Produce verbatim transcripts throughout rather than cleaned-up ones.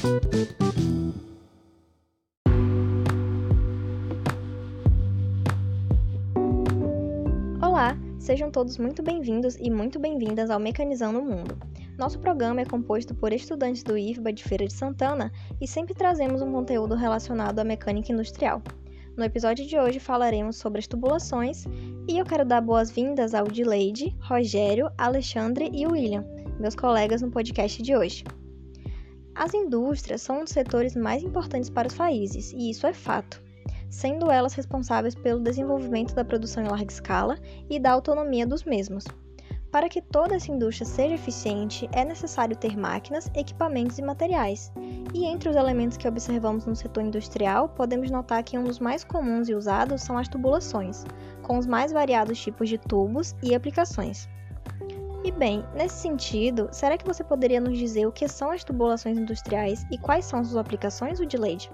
Olá, sejam todos muito bem-vindos e muito bem-vindas ao Mecanizando o Mundo. Nosso programa é composto por estudantes do I F B A de Feira de Santana e sempre trazemos um conteúdo relacionado à mecânica industrial. No episódio de hoje falaremos sobre as tubulações e eu quero dar boas-vindas ao Dileide, Rogério, Alexandre e William, meus colegas no podcast de hoje. As indústrias são um dos setores mais importantes para os países, e isso é fato, sendo elas responsáveis pelo desenvolvimento da produção em larga escala e da autonomia dos mesmos. Para que toda essa indústria seja eficiente, é necessário ter máquinas, equipamentos e materiais. E entre os elementos que observamos no setor industrial, podemos notar que um dos mais comuns e usados são as tubulações, com os mais variados tipos de tubos e aplicações. E bem, nesse sentido, será que você poderia nos dizer o que são as tubulações industriais e quais são suas aplicações, Udileide?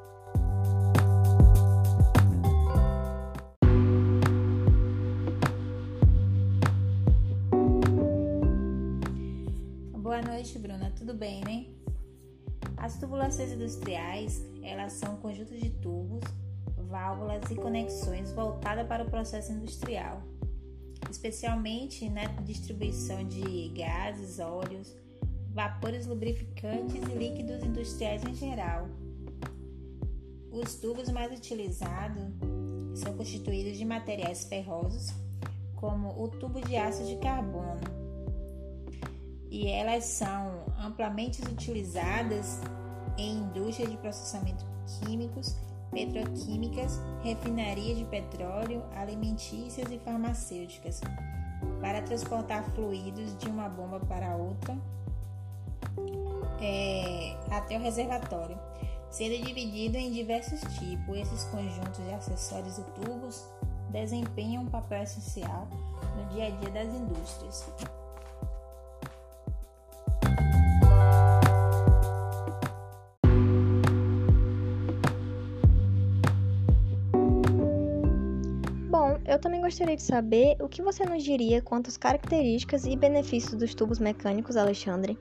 Boa noite, Bruna. Tudo bem, né? As tubulações industriais, elas são conjuntos de tubos, válvulas e conexões voltadas para o processo industrial, especialmente na distribuição de gases, óleos, vapores lubrificantes e líquidos industriais em geral. Os tubos mais utilizados são constituídos de materiais ferrosos, como o tubo de aço de carbono, e elas são amplamente utilizadas em indústrias de processamento químicos, petroquímicas, refinarias de petróleo, alimentícias e farmacêuticas, para transportar fluidos de uma bomba para outra é, até o reservatório, sendo dividido em diversos tipos. Esses conjuntos de acessórios e tubos desempenham um papel essencial no dia a dia das indústrias. Bom, eu também gostaria de saber o que você nos diria quanto às características e benefícios dos tubos mecânicos, Alexandre.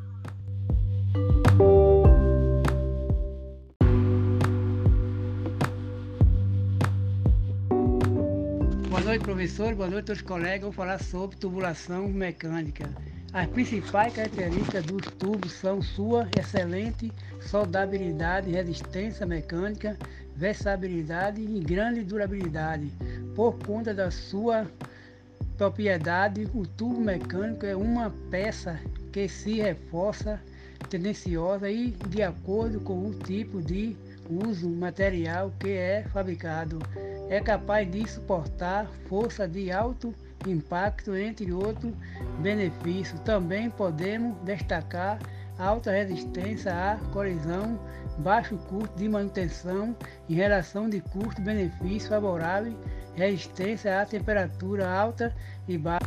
Boa noite, professor. Boa noite, todos os colegas. Vou falar sobre tubulação mecânica. As principais características dos tubos são sua excelente soldabilidade, resistência mecânica, versatilidade e grande durabilidade. Por conta da sua propriedade, o tubo mecânico é uma peça que se reforça tendenciosa e de acordo com o tipo de uso material que é fabricado. É capaz de suportar força de alto impacto, entre outros benefícios. Também podemos destacar alta resistência à colisão, baixo custo de manutenção em relação de custo-benefício favorável, resistência à temperatura alta e baixa.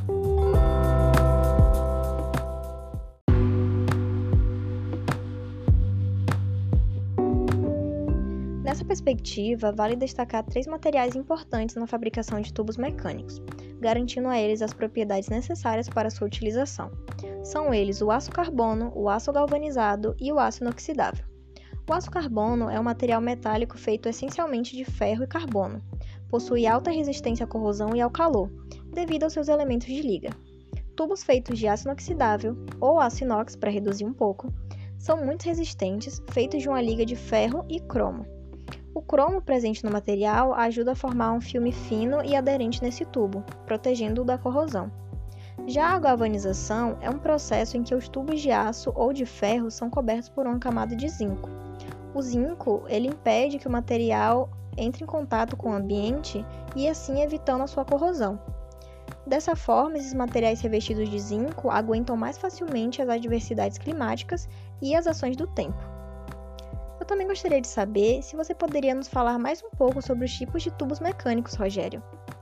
Nessa perspectiva, vale destacar três materiais importantes na fabricação de tubos mecânicos, garantindo a eles as propriedades necessárias para sua utilização. São eles o aço carbono, o aço galvanizado e o aço inoxidável. O aço carbono é um material metálico feito essencialmente de ferro e carbono. Possui alta resistência à corrosão e ao calor, devido aos seus elementos de liga. Tubos feitos de aço inoxidável, ou aço inox para reduzir um pouco, são muito resistentes, feitos de uma liga de ferro e cromo. O cromo presente no material ajuda a formar um filme fino e aderente nesse tubo, protegendo-o da corrosão. Já a galvanização é um processo em que os tubos de aço ou de ferro são cobertos por uma camada de zinco. O zinco ele impede que o material entre em contato com o ambiente e assim evitando a sua corrosão. Dessa forma, esses materiais revestidos de zinco aguentam mais facilmente as adversidades climáticas e as ações do tempo. Eu também gostaria de saber se você poderia nos falar mais um pouco sobre os tipos de tubos mecânicos, Rogério.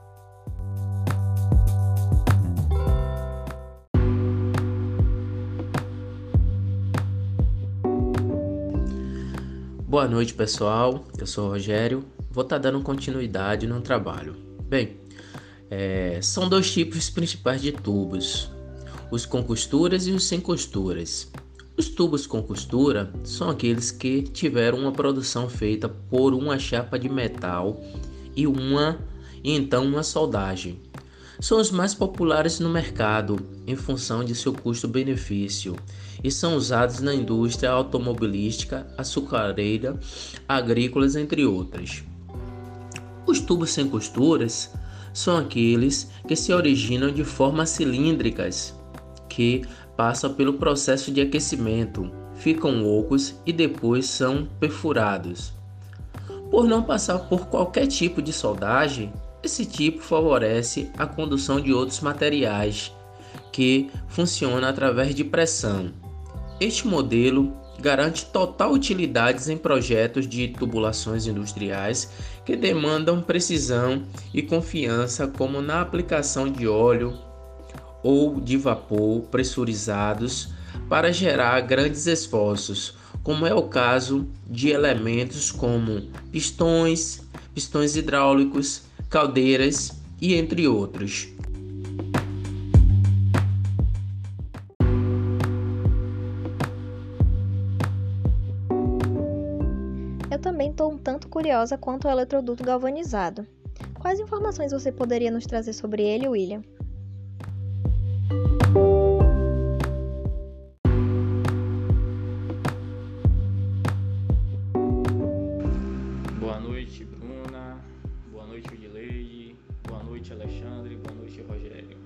Boa noite, pessoal. Eu sou o Rogério. Vou estar dando continuidade no trabalho. Bem, é, são dois tipos principais de tubos: os com costuras e os sem costuras. Os tubos com costura são aqueles que tiveram uma produção feita por uma chapa de metal e uma e então uma soldagem. São os mais populares no mercado em função de seu custo-benefício e são usados na indústria automobilística, açucareira, agrícolas, entre outras. Os tubos sem costuras são aqueles que se originam de formas cilíndricas, que passam pelo processo de aquecimento, ficam ocos e depois são perfurados. Por não passar por qualquer tipo de soldagem, esse tipo favorece a condução de outros materiais, que funciona através de pressão. Este modelo garante total utilidade em projetos de tubulações industriais que demandam precisão e confiança, como na aplicação de óleo ou de vapor pressurizados para gerar grandes esforços, como é o caso de elementos como pistões, pistões hidráulicos, caldeiras e entre outros. Eu também estou um tanto curiosa quanto ao eletroduto galvanizado. Quais informações você poderia nos trazer sobre ele, William? Boa noite, Bruna. Boa noite, Udileide. Boa noite, Alexandre. Boa noite, Rogério.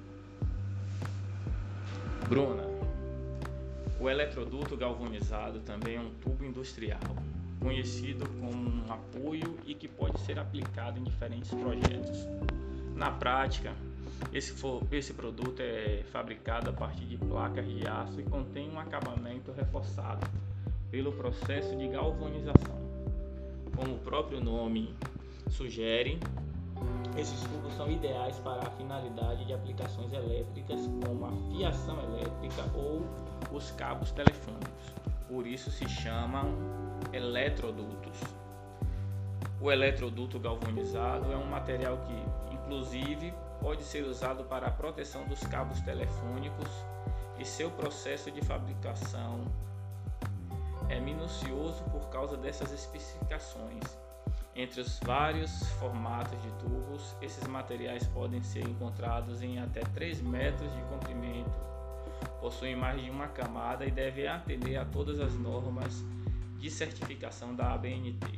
Bruna, o eletroduto galvanizado também é um tubo industrial, conhecido como um apoio e que pode ser aplicado em diferentes projetos. Na prática, esse, for, esse produto é fabricado a partir de placas de aço e contém um acabamento reforçado pelo processo de galvanização. Como o próprio nome sugere, esses tubos são ideais para a finalidade de aplicações elétricas, como a fiação elétrica ou os cabos telefônicos. Por isso se chamam eletrodutos. O eletroduto galvanizado é um material que, inclusive, pode ser usado para a proteção dos cabos telefônicos e seu processo de fabricação é minucioso por causa dessas especificações. Entre os vários formatos de tubos, esses materiais podem ser encontrados em até três metros de comprimento, possuem mais de uma camada e devem atender a todas as normas de certificação da A B N T.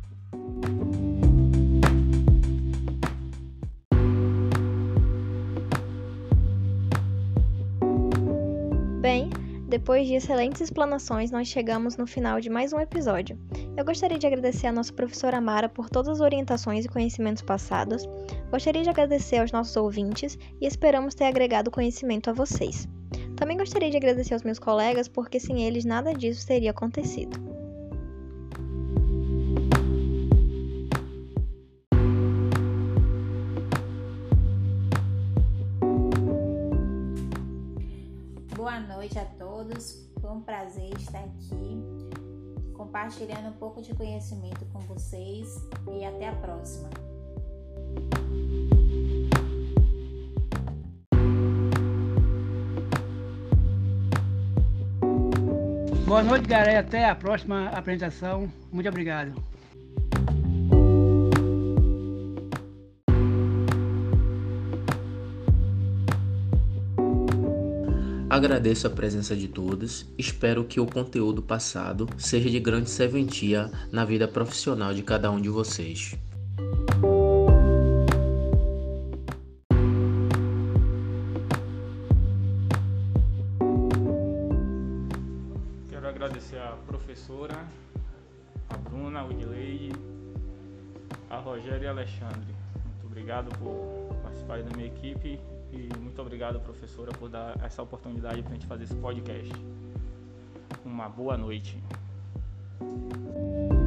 Bem, depois de excelentes explanações, nós chegamos no final de mais um episódio. Eu gostaria de agradecer à nossa professora Mara por todas as orientações e conhecimentos passados. Gostaria de agradecer aos nossos ouvintes e esperamos ter agregado conhecimento a vocês. Também gostaria de agradecer aos meus colegas, porque sem eles nada disso teria acontecido. Boa noite a todos, foi um prazer estar aqui compartilhando um pouco de conhecimento com vocês e até a próxima. Boa noite, galera. Até a próxima apresentação. Muito obrigado. Agradeço a presença de todos, espero que o conteúdo passado seja de grande serventia na vida profissional de cada um de vocês. Quero agradecer a professora, a Bruna, a Udileide, a Rogério e a Alexandre. Muito obrigado por participar da minha equipe. E muito obrigado, professora, por dar essa oportunidade para a gente fazer esse podcast. Uma boa noite.